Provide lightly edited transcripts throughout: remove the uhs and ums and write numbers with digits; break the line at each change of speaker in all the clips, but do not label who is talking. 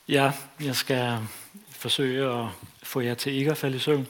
Ja, jeg skal forsøge at få jer til ikke at falde i søvn.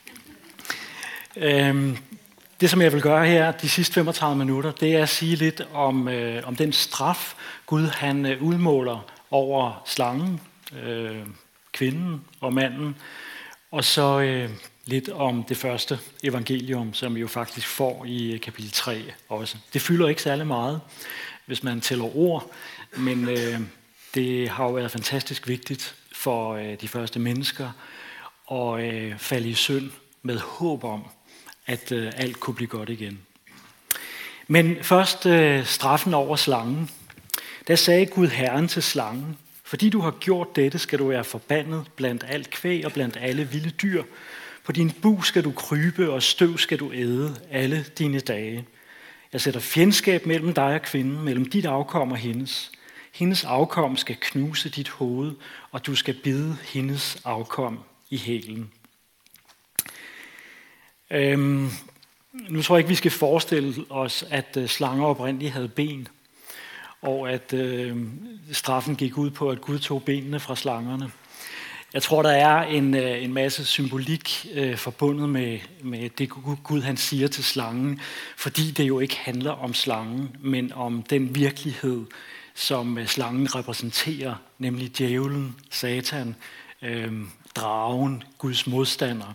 Det, som jeg vil gøre her de sidste 35 minutter, det er at sige lidt om den straf, Gud han udmåler over slangen, kvinden og manden, og så lidt om det første evangelium, som vi jo faktisk får i kapitel 3 også. Det fylder ikke særlig meget, hvis man tæller ord, men det har jo været fantastisk vigtigt for de første mennesker at falde i synd med håb om, at alt kunne blive godt igen. Men først straffen over slangen. Der sagde Gud Herren til slangen: fordi du har gjort dette, skal du være forbandet blandt alt kvæg og blandt alle vilde dyr. På din bug skal du krybe, og støv skal du æde alle dine dage. Jeg sætter fjendskab mellem dig og kvinden, mellem dit afkom og hendes. Hendes afkom skal knuse dit hoved, og du skal bide hendes afkom i hælen. Nu tror jeg ikke, vi skal forestille os, at slanger oprindeligt havde ben, og at straffen gik ud på, at Gud tog benene fra slangerne. Jeg tror, der er en masse symbolik forbundet med det Gud han siger til slangen, fordi det jo ikke handler om slangen, men om den virkelighed, som slangen repræsenterer, nemlig djævlen, Satan, dragen, Guds modstander.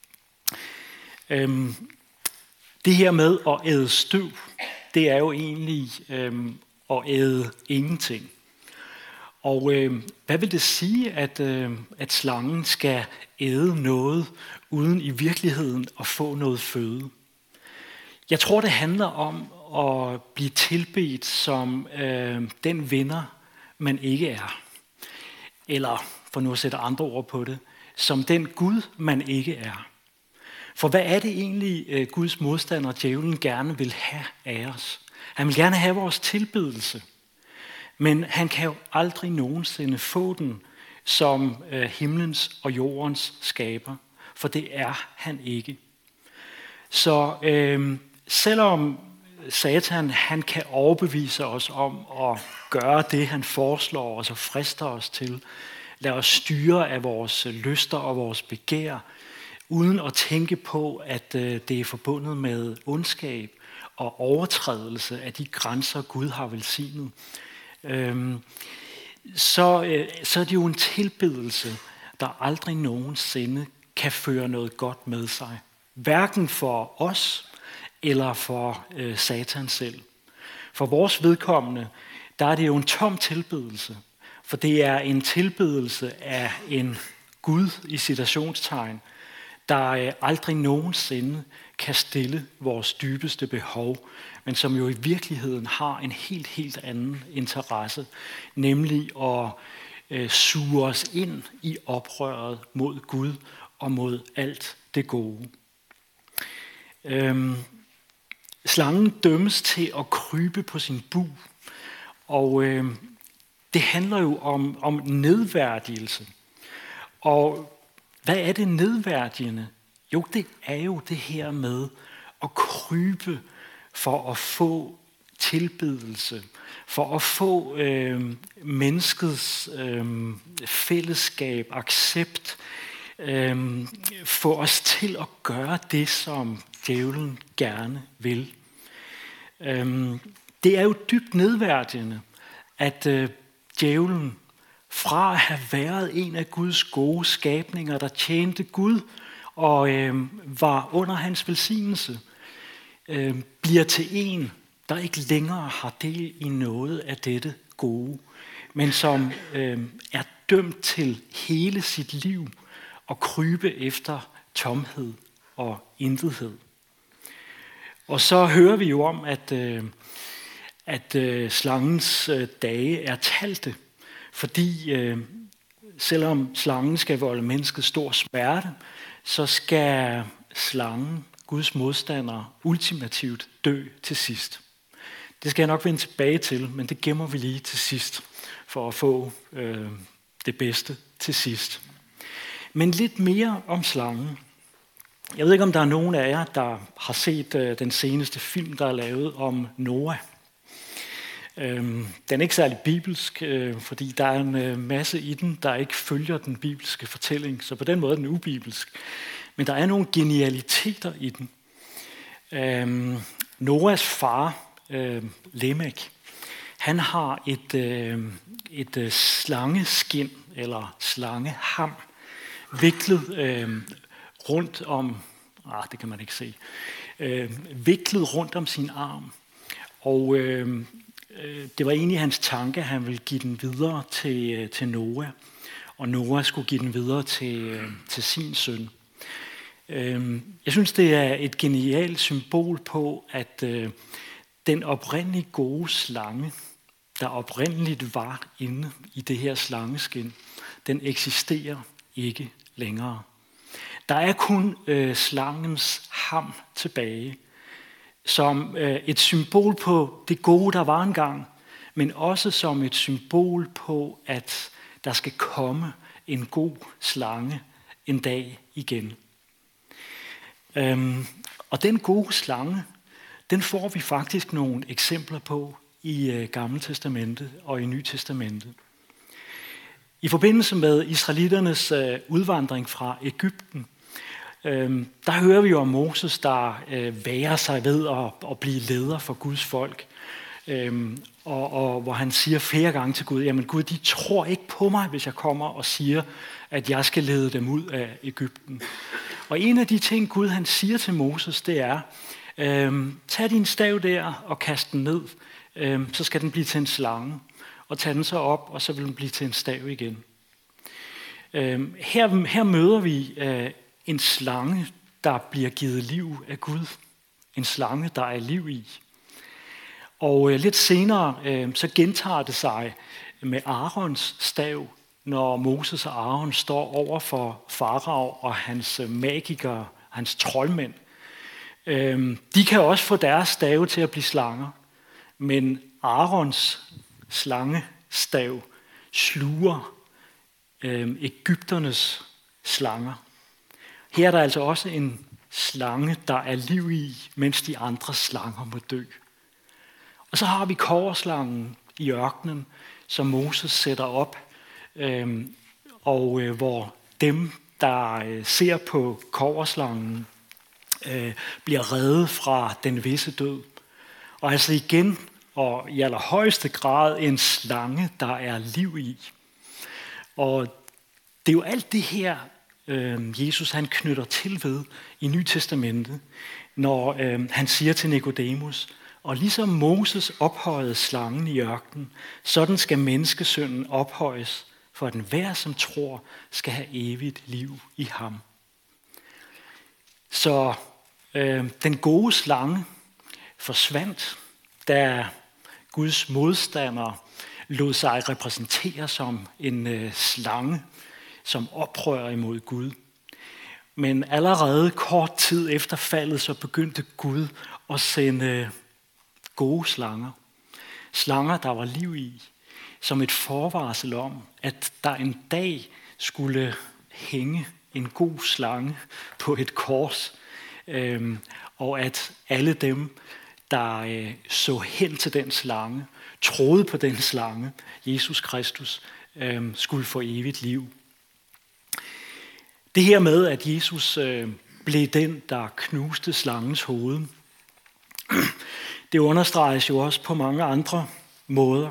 Det her med at æde støv, det er jo egentlig at æde ingenting. Og hvad vil det sige, at slangen skal æde noget, uden i virkeligheden at få noget føde? Jeg tror, det handler om at blive tilbedt som den vinder, man ikke er. Eller, for nu at sætte andre ord på det, som den Gud, man ikke er. For hvad er det egentlig, Guds modstander, djævlen, gerne vil have af os? Han vil gerne have vores tilbedelse. Men han kan jo aldrig nogensinde få den som himlens og jordens skaber. For det er han ikke. Så selvom Satan han kan overbevise os om at gøre det, han foreslår os og frister os til, lad os styre af vores lyster og vores begær, uden at tænke på, at det er forbundet med ondskab og overtrædelse af de grænser, Gud har velsignet, så er det jo en tilbedelse, der aldrig nogensinde kan føre noget godt med sig. Hverken for os eller for Satan selv. For vores vedkommende, der er det jo en tom tilbedelse. For det er en tilbedelse af en Gud i citationstegn, der aldrig nogensinde kan stille vores dybeste behov, men som jo i virkeligheden har en helt anden interesse, nemlig at suge os ind i oprøret mod Gud og mod alt det gode. Slangen dømmes til at krybe på sin bug, og det handler jo om nedværdigelse. Og hvad er det nedværdigende? Jo, det er jo det her med at krybe for at få tilbedelse, for at få menneskets fællesskab, accept, få os til at gøre det, som djævlen gerne vil. Det er jo dybt nedværdigende, at djævlen fra at have været en af Guds gode skabninger, der tjente Gud og var under hans velsignelse, bliver til en, der ikke længere har del i noget af dette gode, men som er dømt til hele sit liv at krybe efter tomhed og intethed. Og så hører vi jo om, at slangens dage er talte, fordi selvom slangen skal volde mennesket stor smerte, så skal slangen, Guds modstander, ultimativt dø til sidst. Det skal jeg nok vende tilbage til, men det gemmer vi lige til sidst, for at få det bedste til sidst. Men lidt mere om slangen. Jeg ved ikke, om der er nogen af jer, der har set den seneste film, der er lavet om Noah. Den er ikke særlig bibelsk, fordi der er en masse i den, der ikke følger den bibelske fortælling, så på den måde er den ubibelsk. Men der er nogle genialiteter i den. Noahs far, Lemek, han har et slangeskin eller slangeham viklet rundt om, det kan man ikke se, viklet rundt om sin arm. Og det var egentlig hans tanke, at han ville give den videre til Noah, og Noah skulle give den videre til sin søn. Jeg synes, det er et genialt symbol på, at den oprindelige gode slange, der oprindeligt var inde i det her slangeskin, den eksisterer ikke længere. Der er kun slangens ham tilbage, som et symbol på det gode, der var engang, men også som et symbol på, at der skal komme en god slange en dag igen. Og den gode slange, den får vi faktisk nogle eksempler på i Gamle Testamente og i Nye Testamente. I forbindelse med israeliternes udvandring fra Egypten, der hører vi jo om Moses, der værer sig ved at blive leder for Guds folk. Og hvor han siger flere gange til Gud, jamen Gud, de tror ikke på mig, hvis jeg kommer og siger, at jeg skal lede dem ud af Egypten. Og en af de ting, Gud han siger til Moses, det er, tag din stav der og kast den ned, så skal den blive til en slange. Og tag den så op, og så vil den blive til en stav igen. Her møder vi en slange, der bliver givet liv af Gud. En slange, der er liv i. Og lidt senere, så gentager det sig med Aarons stav, når Moses og Aaron står over for Farao og hans magikere, hans troldmænd. De kan også få deres stave til at blive slanger, men Aarons slangestav sluger egypternes slanger. Her er der altså også en slange, der er liv i, mens de andre slanger må dø. Og så har vi kobberslangen i ørkenen, som Moses sætter op, og hvor dem, der ser på kobberslangen, bliver reddet fra den visse død. Og altså igen, og i allerhøjeste grad, en slange, der er liv i. Og det er jo alt det her, Jesus han knytter til ved i Nye Testamentet, når han siger til Nikodemus, og ligesom Moses ophøjede slangen i ørkenen, sådan skal menneskesønnen ophøjes, for at enhver, som tror, skal have evigt liv i ham. Så den gode slange forsvandt, da Guds modstandere lod sig repræsentere som en slange, som oprører imod Gud. Men allerede kort tid efter faldet, så begyndte Gud at sende gode slanger. Slanger, der var liv i, som et forvarsel om, at der en dag skulle hænge en god slange på et kors, og at alle dem, der så hen til den slange, troede på den slange, Jesus Kristus, skulle få evigt liv. Det her med, at Jesus blev den, der knuste slangens hoved, det understreges jo også på mange andre måder.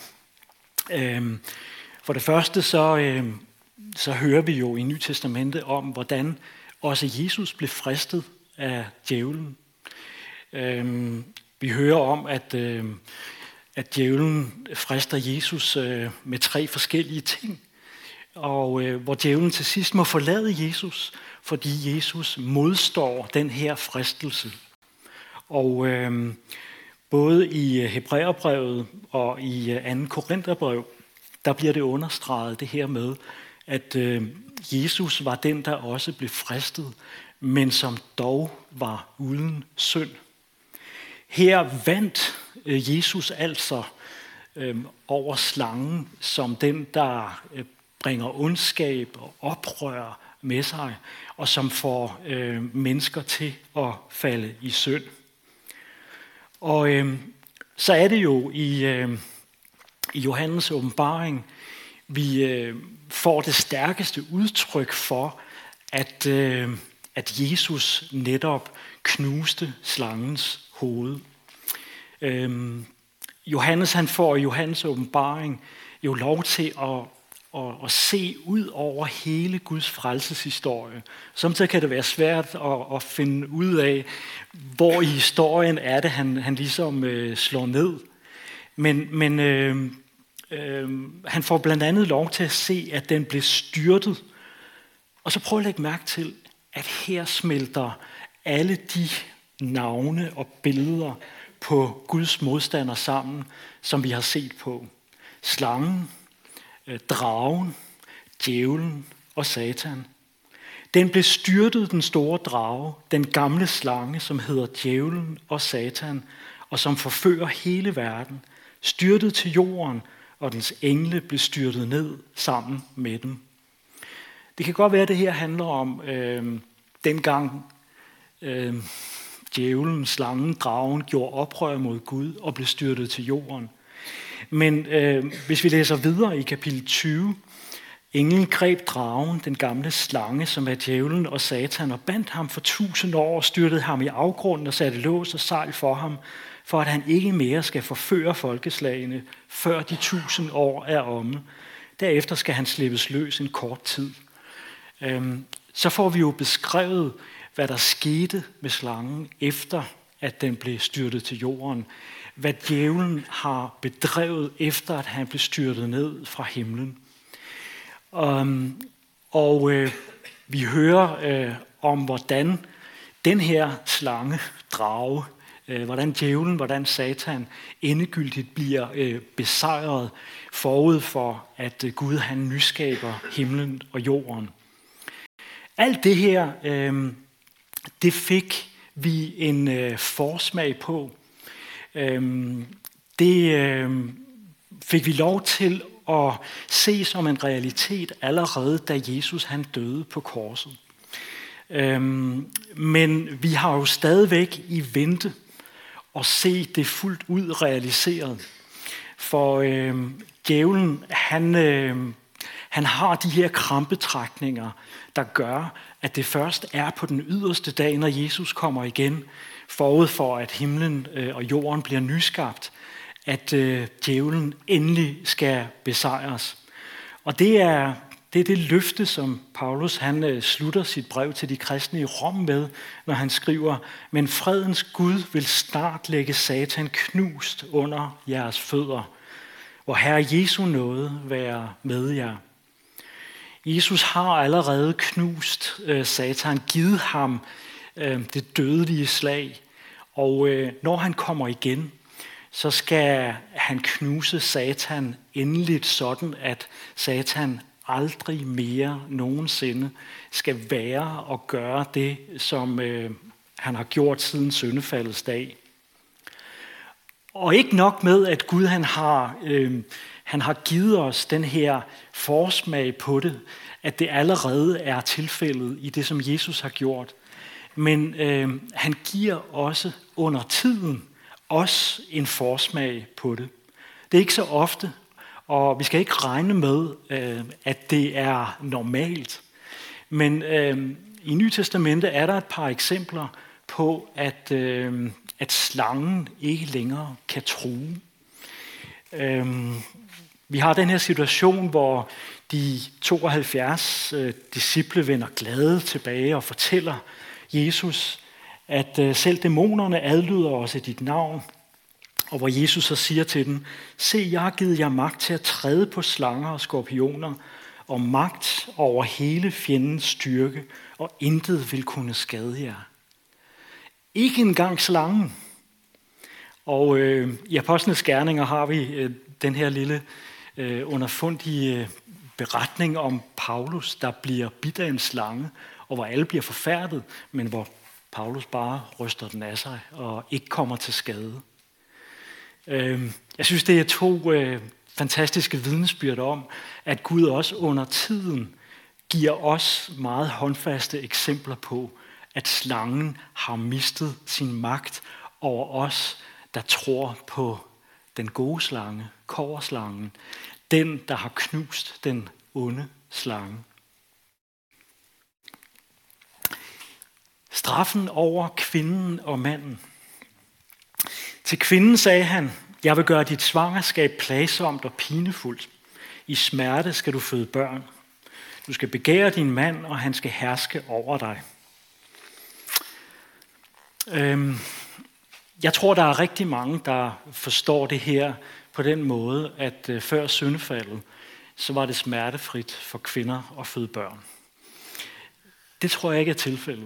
For det første så hører vi jo i Nye Testamente om, hvordan også Jesus blev fristet af djævlen. Vi hører om, at djævlen frister Jesus med 3 forskellige ting, og hvor djævlen til sidst må forlade Jesus, fordi Jesus modstår den her fristelse. Og både i Hebræerbrevet og i 2. Korintherbrev, der bliver det understreget det her med, at Jesus var den, der også blev fristet, men som dog var uden synd. Her vandt Jesus altså over slangen som den, der bringer ondskab og oprør med sig, og som får mennesker til at falde i synd. Og så er det jo i Johannes åbenbaring, vi får det stærkeste udtryk for, at Jesus netop knuste slangens hoved. Johannes, han får i Johannes åbenbaring jo lov til at se ud over hele Guds frelseshistorie. Samtidig kan det være svært at finde ud af, hvor i historien er det, han ligesom slår ned. Men han får blandt andet lov til at se, at den blev styrtet. Og så prøv at lægge mærke til, at her smelter alle de navne og billeder på Guds modstander sammen, som vi har set på. Slangen, dragen, djævlen og Satan. Den blev styrtet, den store drage, den gamle slange, som hedder djævlen og Satan, og som forfører hele verden, styrtet til jorden, og dens engle blev styrtet ned sammen med dem. Det kan godt være, at det her handler om dengang djævlen, slangen, dragen gjorde oprør mod Gud og blev styrtet til jorden. Men hvis vi læser videre i kapitel 20, englen greb dragen, den gamle slange, som er djævlen og Satan, og bandt ham for 1000 år og styrtede ham i afgrunden og satte lås og sejl for ham, for at han ikke mere skal forføre folkeslagene, før de 1000 år er omme. Derefter skal han slippes løs en kort tid. Så får vi jo beskrevet, hvad der skete med slangen, efter at den blev styrtet til jorden. Hvad djævlen har bedrevet, efter at han blev styrtet ned fra himlen. Vi hører om, hvordan den her slange, drage, hvordan djævlen, hvordan Satan endegyldigt bliver besejret forud for, at Gud han nyskaber himlen og jorden. Alt det her, det fik vi en forsmag på. Det fik vi lov til at se som en realitet allerede, da Jesus han døde på korset. Men vi har jo stadigvæk i vente at se det fuldt ud realiseret. For djævlen, han har de her krampetrækninger, der gør, at det først er på den yderste dag, når Jesus kommer igen, forud for at himlen og jorden bliver nyskabt, at djævlen endelig skal besejres. Og det er det løfte, som Paulus han slutter sit brev til de kristne i Rom med, når han skriver, men fredens Gud vil snart lægge Satan knust under jeres fødder, hvor Herre Jesu nåde være med jer. Jesus har allerede knust Satan, givet ham det dødelige slag, og når han kommer igen, så skal han knuse Satan endeligt sådan, at Satan aldrig mere nogensinde skal være og gøre det, som han har gjort siden syndefaldets dag. Og ikke nok med, at Gud han har givet os den her forsmag på det, at det allerede er tilfældet i det, som Jesus har gjort. Men han giver også under tiden os en forsmag på det. Det er ikke så ofte, og vi skal ikke regne med, at det er normalt. Men i Nye Testamente er der et par eksempler på, at slangen ikke længere kan true. Vi har den her situation, hvor de 72 disciple vender glade tilbage og fortæller Jesus, at selv dæmonerne adlyder os i dit navn. Og hvor Jesus så siger til dem, se, jeg har givet jer magt til at træde på slanger og skorpioner, og magt over hele fjendens styrke, og intet vil kunne skade jer. Ikke engang slangen. Og i Apostlenes Gerninger har vi den her lille underfundige beretning om Paulus, der bliver bidt af en slange, og hvor alle bliver forfærdet, men hvor Paulus bare ryster den af sig og ikke kommer til skade. Jeg synes, det er to fantastiske vidnesbyrd om, at Gud også under tiden giver os meget håndfaste eksempler på, at slangen har mistet sin magt over os, der tror på den gode slange, kobberslangen, den, der har knust den onde slange. Straffen over kvinden og manden. Til kvinden sagde han, jeg vil gøre dit svangerskab plagsomt og pinefuldt. I smerte skal du føde børn. Du skal begære din mand, og han skal herske over dig. Jeg tror, der er rigtig mange, der forstår det her på den måde, at før syndefaldet, så var det smertefrit for kvinder at føde børn. Det tror jeg ikke er tilfældet.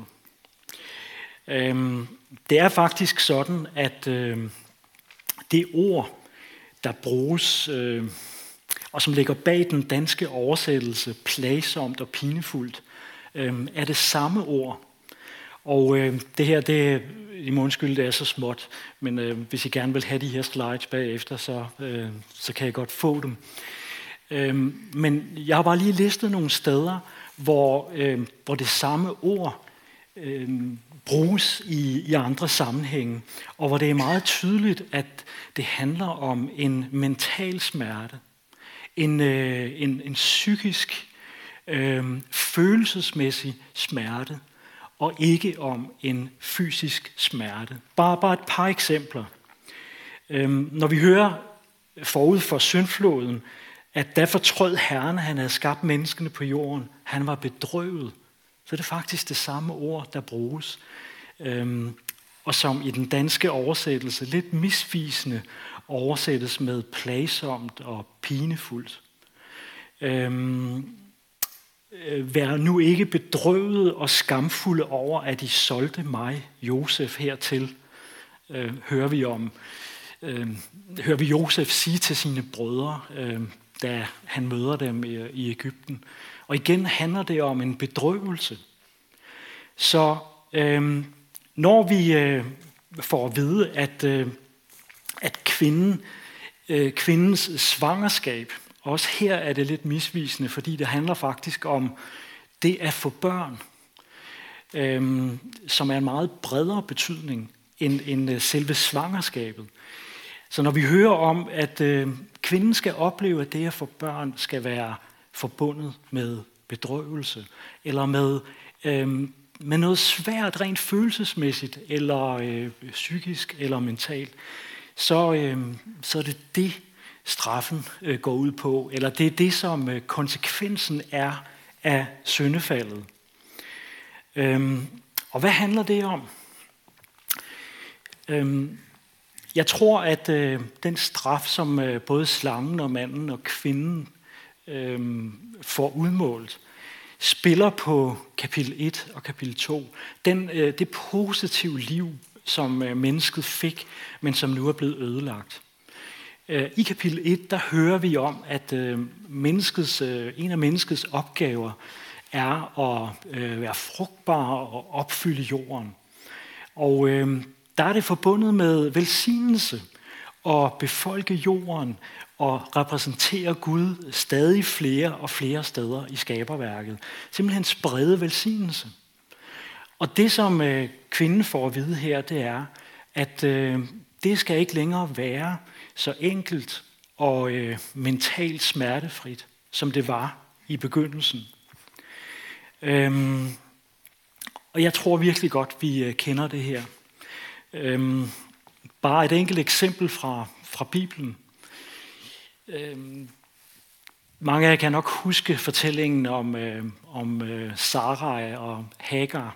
Det er faktisk sådan, at det ord, der bruges, og som ligger bag den danske oversættelse, plagsomt og pinefuldt, er det samme ord. Og det her, I må undskylde, det er så småt, men hvis I gerne vil have de her slides bagefter, så kan jeg godt få dem. Men jeg har bare lige listet nogle steder, hvor det samme ord bruges i andre sammenhænge, og hvor det er meget tydeligt, at det handler om en mental smerte, en psykisk, følelsesmæssig smerte, og ikke om en fysisk smerte. Bare et par eksempler. Når vi hører forud for syndfloden, at da fortrød Herren, han havde skabt menneskene på jorden, han var bedrøvet, så er det faktisk det samme ord, der bruges. Og som i den danske oversættelse lidt misvisende oversættes med plagsomt og pinefuldt. Vær nu ikke bedrøvet og skamfulde over, at I solgte mig, Josef, hertil. Hører vi Josef sige til sine brødre, da han møder dem i Egypten. Og igen handler det om en bedrøvelse. Så når vi får at vide, at kvindens svangerskab, også her er det lidt misvisende, fordi det handler faktisk om det at få børn, som er en meget bredere betydning end selve svangerskabet. Så når vi hører om, at kvinden skal opleve, at det at få børn skal være forbundet med bedrøvelse, eller med noget svært, rent følelsesmæssigt, eller psykisk, eller mentalt, så er det straffen går ud på, eller det er det, som konsekvensen er af syndefaldet. Og hvad handler det om? Jeg tror, at den straf, som både slangen og manden og kvinden får udmålt, spiller på kapitel 1 og kapitel 2. Det positive liv, som mennesket fik, men som nu er blevet ødelagt. I kapitel 1, der hører vi om, at en af menneskets opgaver er at være frugtbar og opfylde jorden. Og der er det forbundet med velsignelse og befolke jorden og repræsentere Gud stadig flere og flere steder i skaberværket. Simpelthen sprede velsignelse. Og det, som kvinden får at vide her, det er, at det skal ikke længere være så enkelt og mentalt smertefrit, som det var i begyndelsen. Og jeg tror virkelig godt, vi kender det her. Bare et enkelt eksempel fra Bibelen. Mange af jer kan nok huske fortællingen om Sarai og Hagar,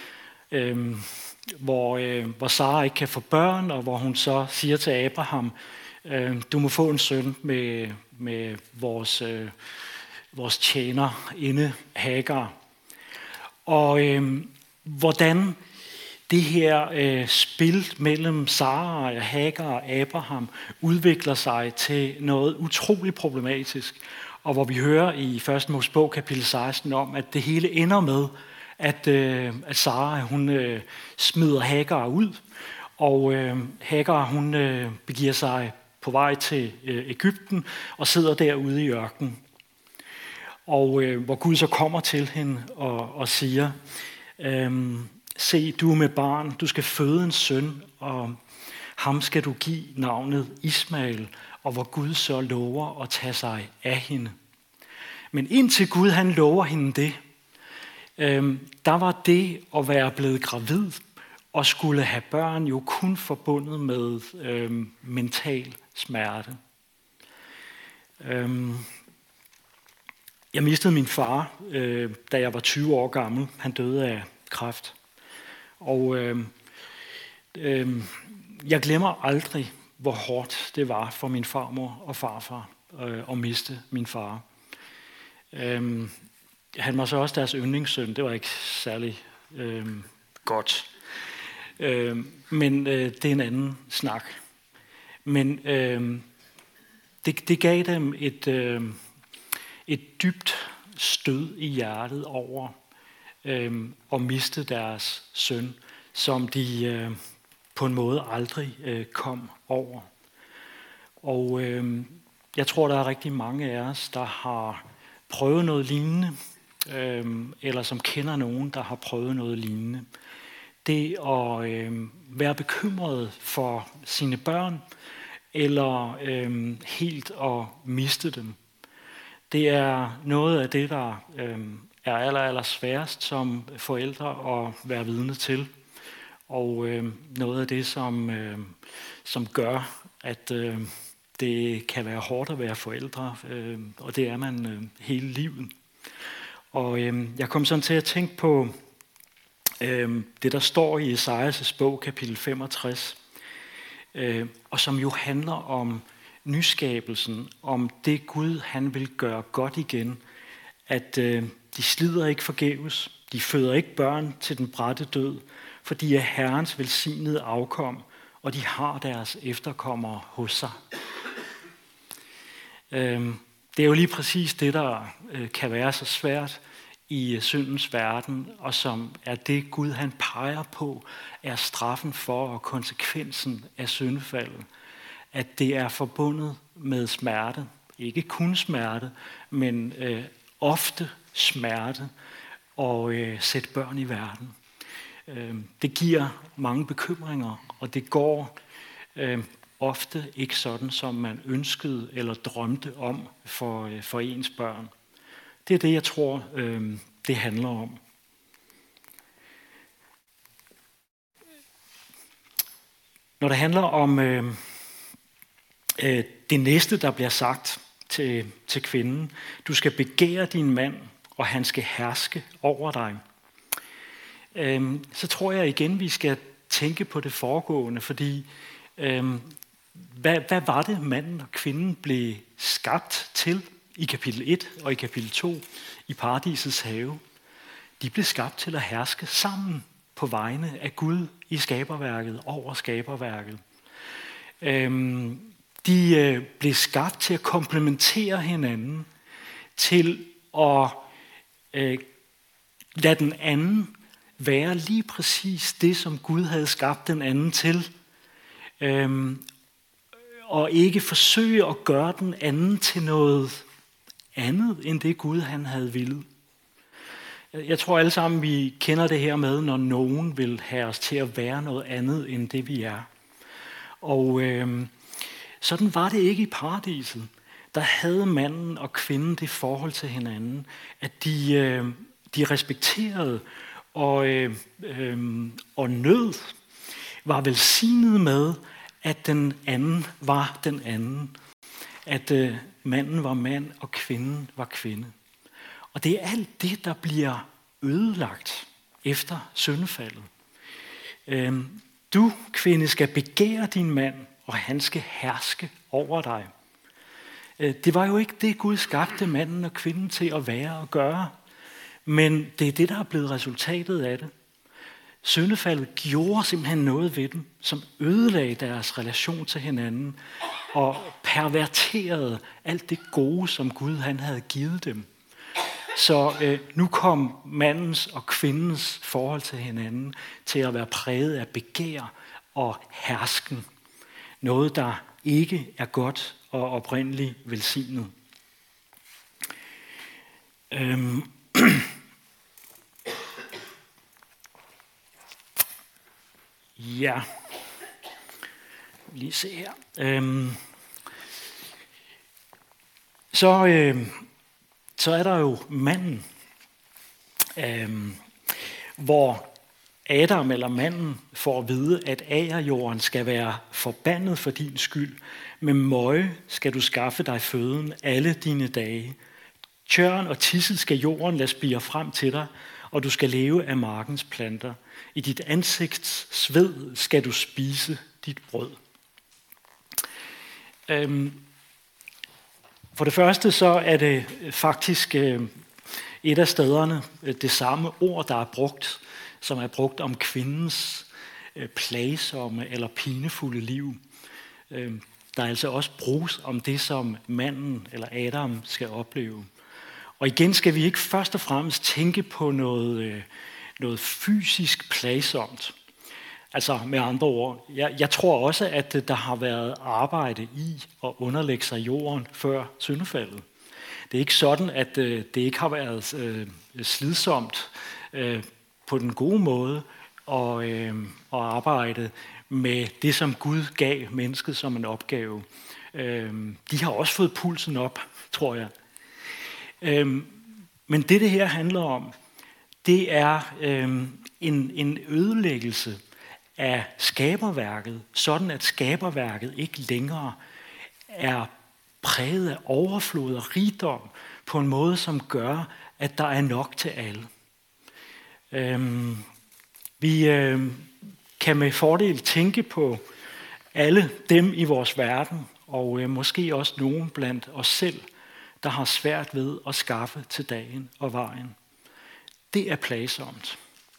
hvor Sara ikke kan få børn, og hvor hun så siger til Abraham, du må få en søn med vores tjenerinde Hagar. Og hvordan det her spil mellem Sara og Hagar og Abraham udvikler sig til noget utroligt problematisk, og hvor vi hører i 1. Mosebog kapitel 16 om, at det hele ender med, at Sara hun smider Hagar ud, og Hagar hun begiver sig på vej til Egypten og sidder derude i ørkenen. Og hvor Gud så kommer til hende og siger, se, du er med barn, du skal føde en søn, og Ham skal du give navnet Ismael, og hvor Gud så lover at tage sig af hende. Men indtil Gud han lover hende det, der var det at være blevet gravid og skulle have børn jo kun forbundet med mental smerte. Jeg mistede min far, da jeg var 20 år gammel. Han døde af kræft. Og jeg glemmer aldrig, hvor hårdt det var for min farmor og farfar at miste min far. Han var så også deres yndlingssøn. Det var ikke særlig godt. Men det er en anden snak. Men det gav dem et dybt stød i hjertet over at miste deres søn, som de på en måde aldrig kom over. Og jeg tror, der er rigtig mange af os, der har prøvet noget lignende, eller som kender nogen, der har prøvet noget lignende. Det at være bekymret for sine børn, eller helt at miste dem. Det er noget af det, der er aller sværest som forældre at være vidne til. Og noget af det, som gør, at det kan være hårdt at være forældre, og det er man hele livet. Og jeg kom sådan til at tænke på det, der står i Esajas bog, kapitel 65, og som jo handler om nyskabelsen, om det Gud, han vil gøre godt igen, at de slider ikke forgæves, de føder ikke børn til den bratte død, for de er Herrens velsignede afkom, og de har deres efterkommere hos sig. Det er jo lige præcis det, der kan være så svært i syndens verden, og som er det Gud, han peger på, er straffen for og konsekvensen af syndefaldet. At det er forbundet med smerte. Ikke kun smerte, men ofte smerte og sætte børn i verden. Det giver mange bekymringer, og det går ofte ikke sådan, som man ønskede eller drømte om for ens børn. Det er det, jeg tror, det handler om. Når det handler om det næste, der bliver sagt til kvinden, du skal begære din mand, og han skal herske over dig. Så tror jeg igen, vi skal tænke på det foregående, fordi hvad var det, manden og kvinden blev skabt til i kapitel 1 og i kapitel 2 i paradisets have? De blev skabt til at herske sammen på vegne af Gud i skaberværket, over skaberværket. De blev skabt til at komplementere hinanden, til at lade den anden være lige præcis det, som Gud havde skabt den anden til, og ikke forsøge at gøre den anden til noget andet, end det Gud han havde villet. Jeg tror alle sammen, vi kender det her med, når nogen vil have os til at være noget andet, end det vi er. Og sådan var det ikke i paradiset. Der havde manden og kvinden det forhold til hinanden, at de respekterede og nød, var velsignet med, at den anden var den anden. At manden var mand, og kvinden var kvinde. Og det er alt det, der bliver ødelagt efter syndefaldet. Du, kvinde, skal begære din mand, og han skal herske over dig. Det var jo ikke det, Gud skabte manden og kvinden til at være og gøre. Men det er det, der er blevet resultatet af det. Syndefaldet gjorde simpelthen noget ved dem, som ødelagde deres relation til hinanden og perverterede alt det gode, som Gud han havde givet dem. Så nu kom mandens og kvindens forhold til hinanden til at være præget af begær og hersken. Noget, der ikke er godt og oprindeligt velsignet. Ja. lige se her. Så er der jo manden, hvor Adam eller manden får at vide, at agerjorden skal være forbandet for din skyld. Med møje skal du skaffe dig føden alle dine dage. Tjørn og tidsel skal jorden lade spire frem til dig, og du skal leve af markens planter. I dit ansigts sved skal du spise dit brød. For det første så er det faktisk et af stederne det samme ord, der er brugt, som er brugt om kvindens plagsomme eller pinefulde liv. Der altså også bruges om det, som manden eller Adam skal opleve. Og igen skal vi ikke først og fremmest tænke på noget fysisk plagsomt. Altså med andre ord, jeg tror også, at der har været arbejde i at underlægge sig jorden før syndefaldet. Det er ikke sådan, at det ikke har været slidsomt på den gode måde at arbejde med det, som Gud gav mennesket som en opgave. De har også fået pulsen op, tror jeg. Men det her handler om, det er en ødelæggelse af skaberværket, sådan at skaberværket ikke længere er præget af overflod og rigdom på en måde, som gør, at der er nok til alle. Vi kan med fordel tænke på alle dem i vores verden, og måske også nogen blandt os selv, der har svært ved at skaffe til dagen og vejen. Det er plagsomt.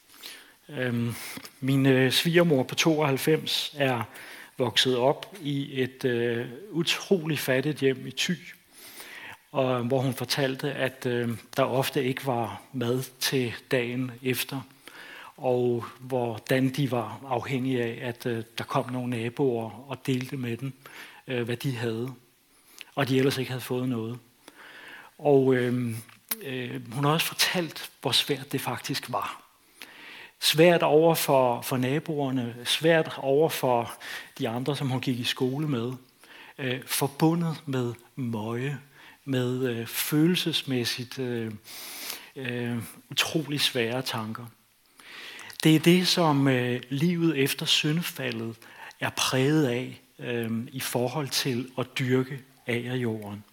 Min svigermor på 92 er vokset op i et utroligt fattigt hjem i Thy, og hvor hun fortalte, at der ofte ikke var mad til dagen efter, og hvordan de var afhængige af, at der kom nogle naboer og delte med dem, hvad de havde, og de ellers ikke havde fået noget. Og hun har også fortalt, hvor svært det faktisk var. Svært over for naboerne, svært over for de andre, som hun gik i skole med. Forbundet med møje, med følelsesmæssigt utrolig svære tanker. Det er det, som livet efter syndefaldet er præget af i forhold til at dyrke agerjorden.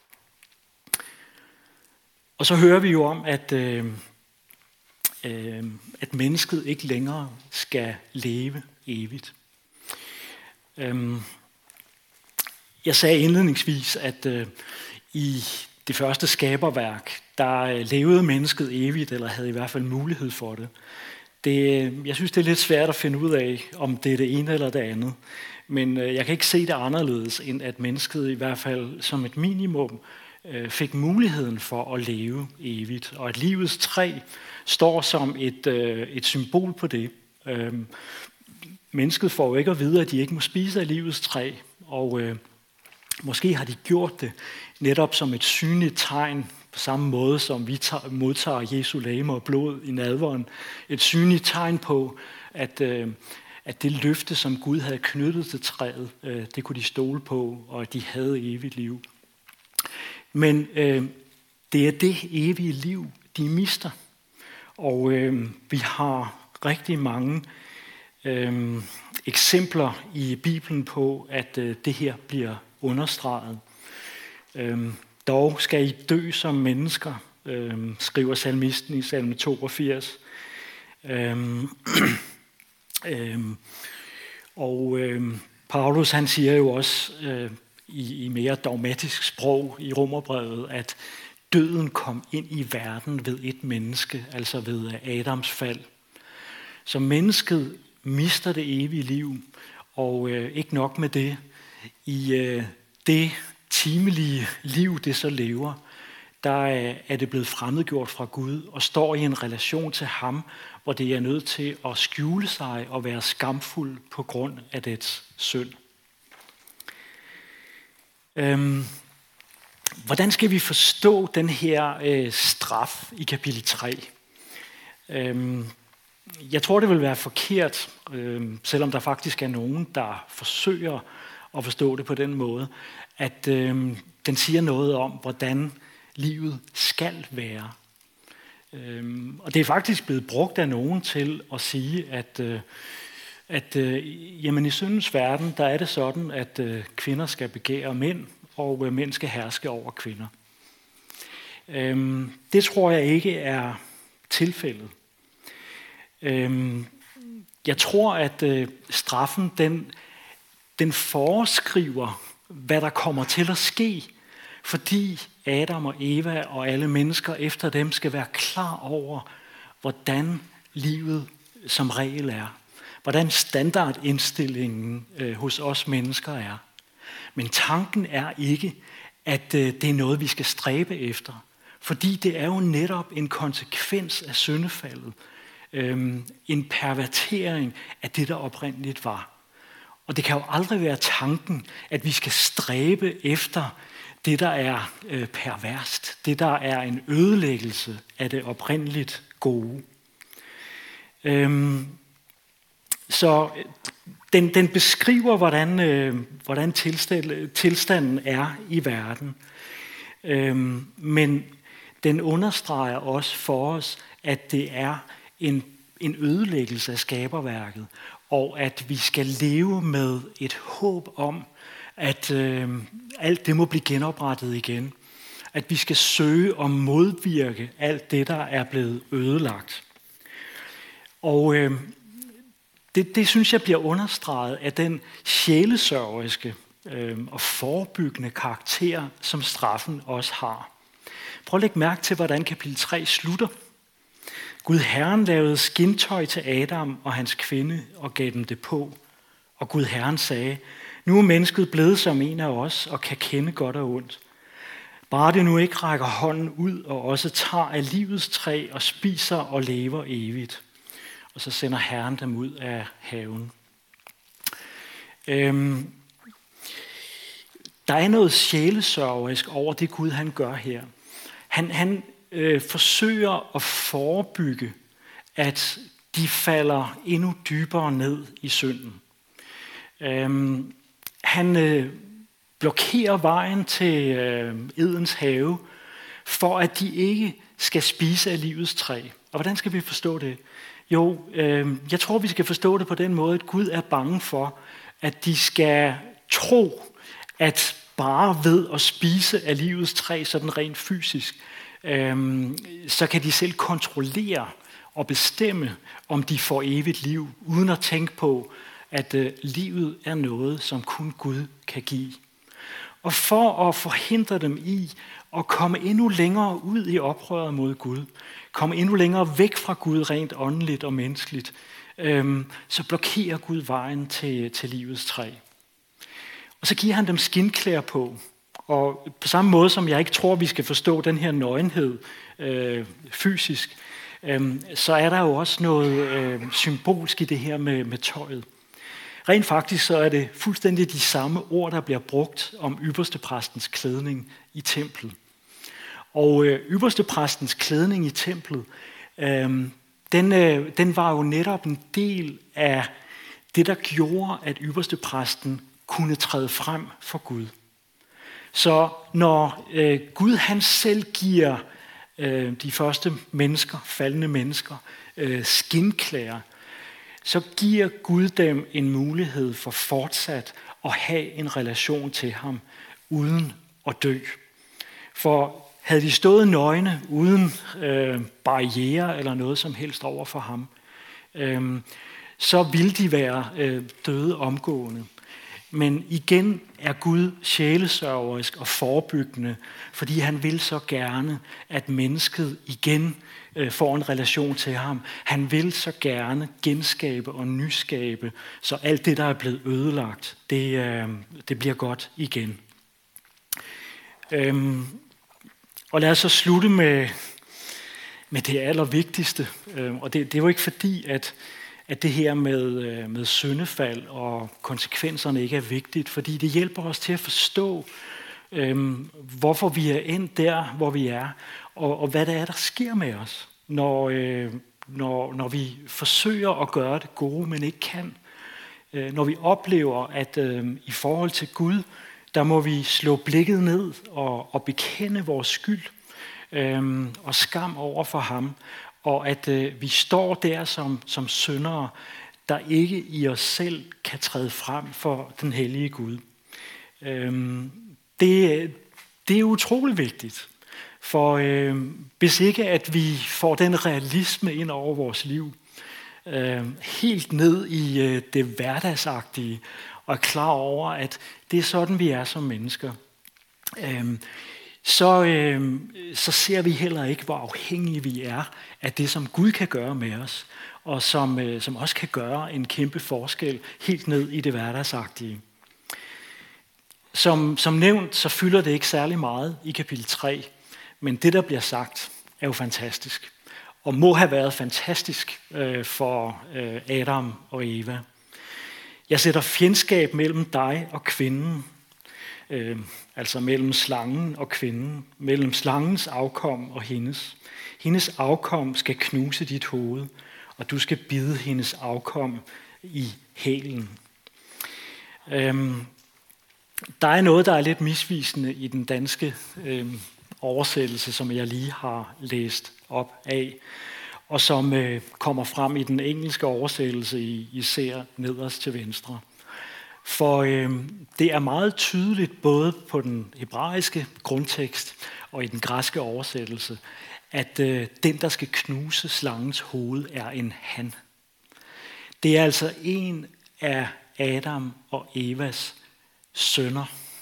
Og så hører vi jo om, at mennesket ikke længere skal leve evigt. Jeg sagde indledningsvis, at i det første skaberværk, der levede mennesket evigt, eller havde i hvert fald mulighed for det. Jeg synes, det er lidt svært at finde ud af, om det er det ene eller det andet. Men jeg kan ikke se det anderledes, end at mennesket i hvert fald som et minimum fik muligheden for at leve evigt. Og at livets træ står som et symbol på det. Mennesket får jo ikke at vide, at de ikke må spise af livets træ. Og måske har de gjort det netop som et synligt tegn, på samme måde som vi modtager Jesu legeme og blod i nadveren. Et synligt tegn på, at det løfte, som Gud havde knyttet til træet, det kunne de stole på, og at de havde evigt liv. Men det er det evige liv, de mister. Og vi har rigtig mange eksempler i Bibelen på, at det her bliver understreget. Dog skal I dø som mennesker, skriver salmisten i salme 82. Paulus han siger jo også i mere dogmatisk sprog i Romerbrevet, at døden kom ind i verden ved et menneske, altså ved Adams fald. Så mennesket mister det evige liv, og ikke nok med det. I det timelige liv, det så lever, der er det blevet fremmedgjort fra Gud og står i en relation til ham, hvor det er nødt til at skjule sig og være skamfuld på grund af dets synd. Hvordan skal vi forstå den her straf i kapitel 3? jeg tror, det vil være forkert, selvom der faktisk er nogen, der forsøger at forstå det på den måde, at den siger noget om, hvordan livet skal være. Og det er faktisk blevet brugt af nogen til at sige, at jamen i syndens verden, der er det sådan, at kvinder skal begære mænd, og mænd skal herske over kvinder. Det tror jeg ikke er tilfældet. Jeg tror, at straffen den foreskriver, hvad der kommer til at ske, fordi Adam og Eva og alle mennesker efter dem skal være klar over, hvordan livet som regel er. Hvordan standardindstillingen hos os mennesker er. Men tanken er ikke, at det er noget, vi skal stræbe efter. Fordi det er jo netop en konsekvens af syndefaldet. En pervertering af det, der oprindeligt var. Og det kan jo aldrig være tanken, at vi skal stræbe efter det, der er perverst. Det, der er en ødelæggelse af det oprindeligt gode. Så den beskriver, hvordan tilstanden er i verden. Men den understreger også for os, at det er en ødelæggelse af skaberværket, og at vi skal leve med et håb om, at alt det må blive genoprettet igen. At vi skal søge og modvirke alt det, der er blevet ødelagt. Og det synes jeg bliver understreget af den sjælesørgeriske og forebyggende karakter, som straffen også har. Prøv at lægge mærke til, hvordan kapitel 3 slutter. Gud Herren lavede skintøj til Adam og hans kvinde og gav dem det på. Og Gud Herren sagde, nu er mennesket blevet som en af os og kan kende godt og ondt. Bare det nu ikke rækker hånden ud og også tager af livets træ og spiser og lever evigt. Og så sender Herren dem ud af haven. Der er noget sjælesørgerisk over det Gud han gør her. Han forsøger at forebygge, at de falder endnu dybere ned i synden. Han blokerer vejen til Edens have, for at de ikke skal spise af livets træ. Og hvordan skal vi forstå det? Jo, jeg tror, vi skal forstå det på den måde, at Gud er bange for, at de skal tro, at bare ved at spise af livets træ, sådan rent fysisk, så kan de selv kontrollere og bestemme, om de får evigt liv, uden at tænke på, at livet er noget, som kun Gud kan give. Og for at forhindre dem i at komme endnu længere ud i oprøret mod Gud, komme endnu længere væk fra Gud rent åndeligt og menneskeligt, så blokerer Gud vejen til livets træ. Og så giver han dem skinklæder på. Og på samme måde som jeg ikke tror, vi skal forstå den her nøgenhed fysisk, så er der jo også noget symbolsk i det her med tøjet. Rent faktisk så er det fuldstændig de samme ord, der bliver brugt om ypperstepræstens klædning i templet. Og ypperstepræstens klædning i templet, den var jo netop en del af det, der gjorde, at ypperstepræsten kunne træde frem for Gud. Så når Gud han selv giver de første mennesker, faldne mennesker, skinklæder, så giver Gud dem en mulighed for fortsat at have en relation til ham, uden at dø. For havde de stået nøgne, uden barriere eller noget som helst over for ham, så ville de være døde omgående. Men igen er Gud sjælesørgerisk og forebyggende, fordi han vil så gerne, at mennesket igen får en relation til ham. Han vil så gerne genskabe og nyskabe, så alt det, der er blevet ødelagt, det bliver godt igen. Og lad os så slutte med det allervigtigste. Og det er jo ikke fordi, at det her med syndefald og konsekvenserne ikke er vigtigt, fordi det hjælper os til at forstå, hvorfor vi er endt der, hvor vi er, og hvad det er, der sker med os, når vi forsøger at gøre det gode, men ikke kan. Når vi oplever, at i forhold til Gud, der må vi slå blikket ned og bekende vores skyld og skam over for ham, og at vi står der som syndere, der ikke i os selv kan træde frem for den hellige Gud. Det er utrolig vigtigt, for hvis ikke at vi får den realisme ind over vores liv, helt ned i det hverdagsagtige, og er klar over, at det er sådan, vi er som mennesker, så ser vi heller ikke, hvor afhængige vi er af det, som Gud kan gøre med os, og som også kan gøre en kæmpe forskel helt ned i det hverdagsagtige. Som nævnt, så fylder det ikke særlig meget i kapitel 3, men det, der bliver sagt, er jo fantastisk, og må have været fantastisk for Adam og Eva. Jeg sætter fjendskab mellem dig og kvinden, altså mellem slangen og kvinden, mellem slangens afkom og hendes. Hendes afkom skal knuse dit hoved, og du skal bide hendes afkom i hælen. Der er noget, der er lidt misvisende i den danske oversættelse, som jeg lige har læst op af, og som kommer frem i den engelske oversættelse, I ser nederst til venstre. For det er meget tydeligt, både på den hebraiske grundtekst og i den græske oversættelse, at den, der skal knuse slangens hoved, er en han. Det er altså en af Adam og Evas sønner,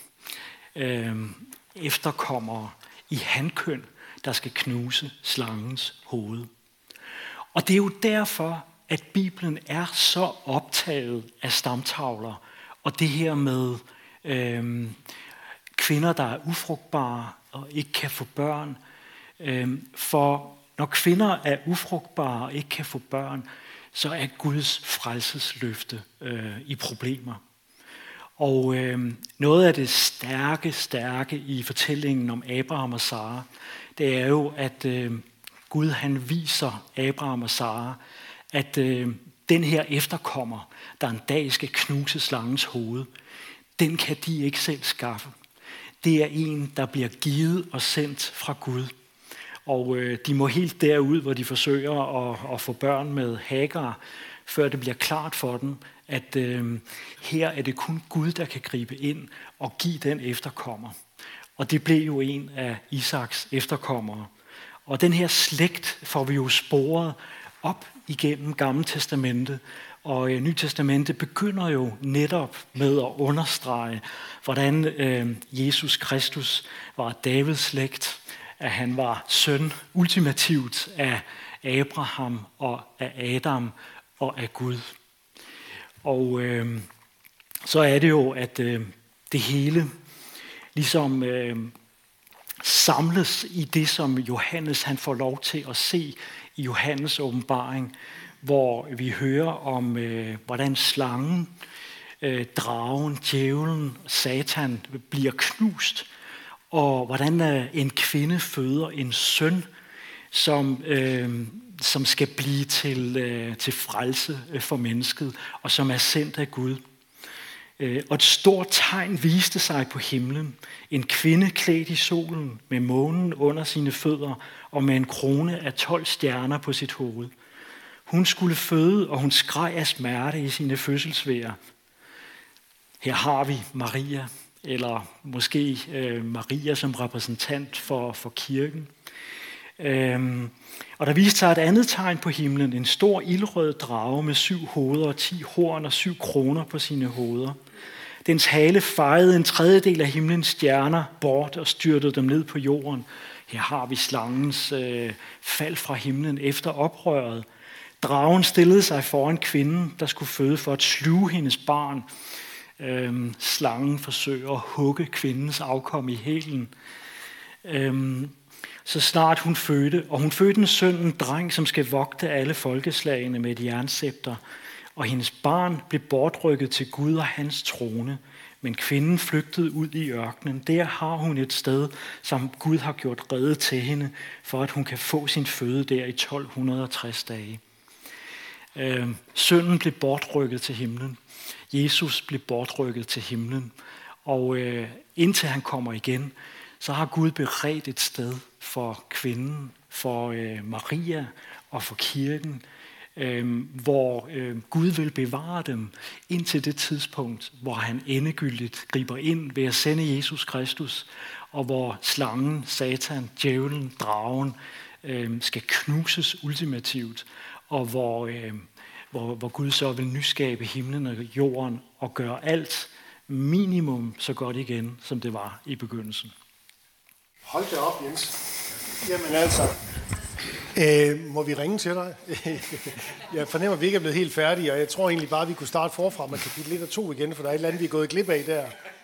efterkommere i hankøn, der skal knuse slangens hoved. Og det er jo derfor, at Bibelen er så optaget af stamtavler, og det her med kvinder, der er ufrugtbare og ikke kan få børn. For når kvinder er ufrugtbare og ikke kan få børn, så er Guds frelsesløfte i problemer. Og noget af det stærke i fortællingen om Abraham og Sara, det er jo, at Gud han viser Abraham og Sara, at den her efterkommer, der en dag skal knuse slangens hoved, den kan de ikke selv skaffe. Det er en, der bliver givet og sendt fra Gud. Og de må helt derud, hvor de forsøger at få børn med Hagar, før det bliver klart for dem, at her er det kun Gud, der kan gribe ind og give den efterkommer. Og det blev jo en af Isaks efterkommere. Og den her slægt får vi jo sporet op igennem Gamle Testamente, og Nye Testamente begynder jo netop med at understrege, hvordan Jesus Kristus var Davids slægt, at han var søn ultimativt af Abraham og af Adam og af Gud. Og så er det jo, at det hele ligesom samles i det, som Johannes han får lov til at se i Johannes åbenbaring, hvor vi hører om, hvordan slangen, dragen, djævlen, Satan bliver knust, og hvordan en kvinde føder en søn, som skal blive til frelse for mennesket, og som er sendt af Gud. Og et stort tegn viste sig på himlen. En kvinde klædt i solen, med månen under sine fødder, og med en krone af 12 stjerner på sit hoved. Hun skulle føde, og hun skreg af smerte i sine fødselsværer. Her har vi Maria, eller måske Maria som repræsentant for kirken. Og der viste sig et andet tegn på himlen, en stor ildrød drage med 7 hoveder og 10 horn og 7 kroner på sine hoveder. Dens hale fejede en tredjedel af himlens stjerner bort og styrtede dem ned på jorden. Her har vi slangens fald fra himlen efter oprøret. Dragen stillede sig foran kvinden, der skulle føde for at sluge hendes barn. Slangen forsøger at hugge kvindens afkom i hælen. Så snart hun fødte, og hun fødte en søn, en dreng, som skal vogte alle folkeslagene med et jernscepter, og hendes barn blev bortrykket til Gud og hans trone, Men kvinden flygtede ud i ørkenen. Der har hun et sted, som Gud har gjort rede til hende, for at hun kan få sin føde der i 1260 dage. Sønnen blev bortrykket til himlen. Jesus blev bortrykket til himlen. Og indtil han kommer igen, så har Gud beredt et sted for kvinden, for Maria og for kirken, hvor Gud vil bevare dem indtil det tidspunkt, hvor han endegyldigt griber ind ved at sende Jesus Kristus, og hvor slangen, Satan, djævlen, dragen skal knuses ultimativt, og hvor Gud så vil nyskabe himlen og jorden og gøre alt minimum så godt igen, som det var i begyndelsen.
Hold da op, Jens. Jamen altså, må vi ringe til dig? Jeg fornemmer, at vi ikke er blevet helt færdige, og jeg tror egentlig bare, at vi kunne starte forfra med kapitel 1 og 2 igen, for der er et eller andet, vi er gået glip af der.